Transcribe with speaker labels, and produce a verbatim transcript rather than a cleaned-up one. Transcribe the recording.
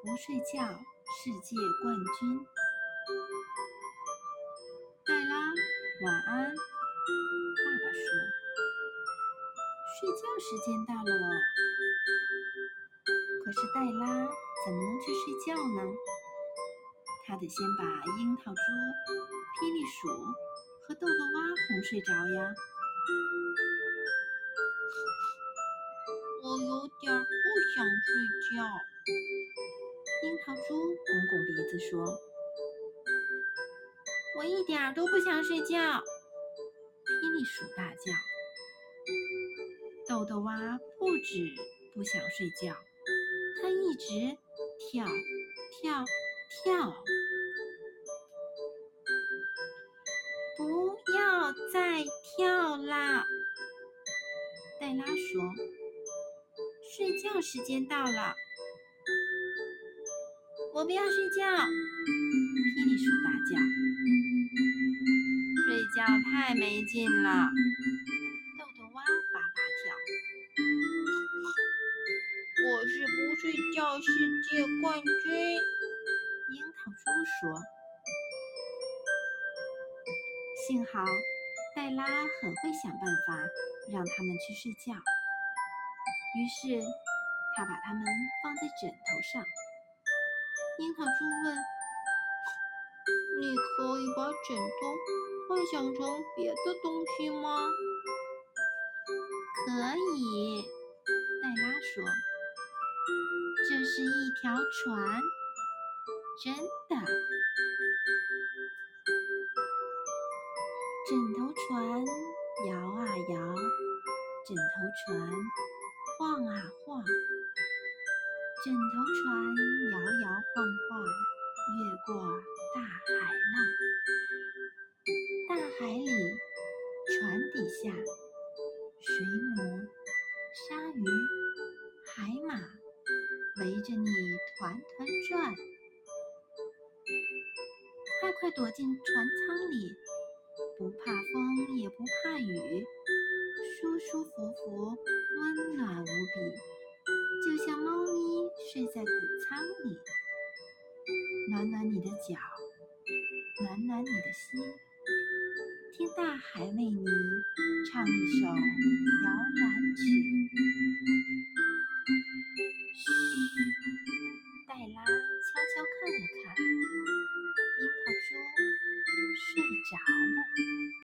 Speaker 1: 不睡觉世界冠军。黛拉，晚安。爸爸说：“睡觉时间到了哦。”可是黛拉怎么能去睡觉呢？她得先把樱桃猪、霹雳鼠和豆豆蛙哄睡着呀。
Speaker 2: 我有点不想睡觉。
Speaker 1: 樱桃猪拱拱鼻子说：“我一点都不想睡觉。”霹雳鼠大叫。豆豆蛙不止不想睡觉，它一直跳跳跳。不要再跳啦！黛拉说：“睡觉时间到了。”我不要睡觉！霹雳鼠大叫。睡觉太没劲了。豆豆蛙叭叭跳。
Speaker 2: 我是不睡觉世界冠军。
Speaker 1: 樱桃猪说。幸好黛拉很会想办法让他们去睡觉，于是她把它们放在枕头上。樱桃猪问：“
Speaker 2: 你可以把枕头幻想成别的东西吗？”
Speaker 1: 可以，黛拉说。这是一条船，真的。枕头船摇啊摇，枕头船晃啊晃，枕头船摇摇晃晃，越过大海浪。大海里，船底下，水母、鲨鱼、海马围着你团团转。快快躲进船舱里，不怕风也不怕雨，舒舒服服，温暖无比，就像猫咪睡在谷仓里。暖暖你的脚，暖暖你的心，听大海为你唱一首摇篮曲。